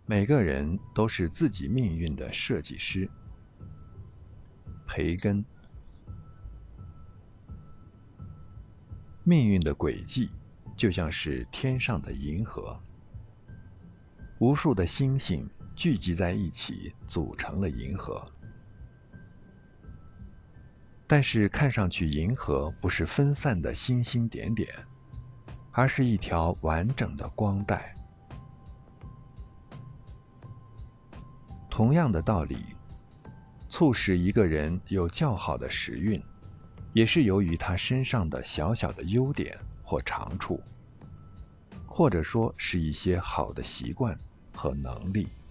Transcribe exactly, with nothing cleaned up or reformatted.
每个人都是自己命运的设计师。培根。命运的轨迹就像是天上的银河，无数的星星聚集在一起，组成了银河。但是看上去银河不是分散的星星点点，而是一条完整的光带。同样的道理，促使一个人有较好的时运，也是由于他身上的小小的优点或长处，或者说是一些好的习惯和能力。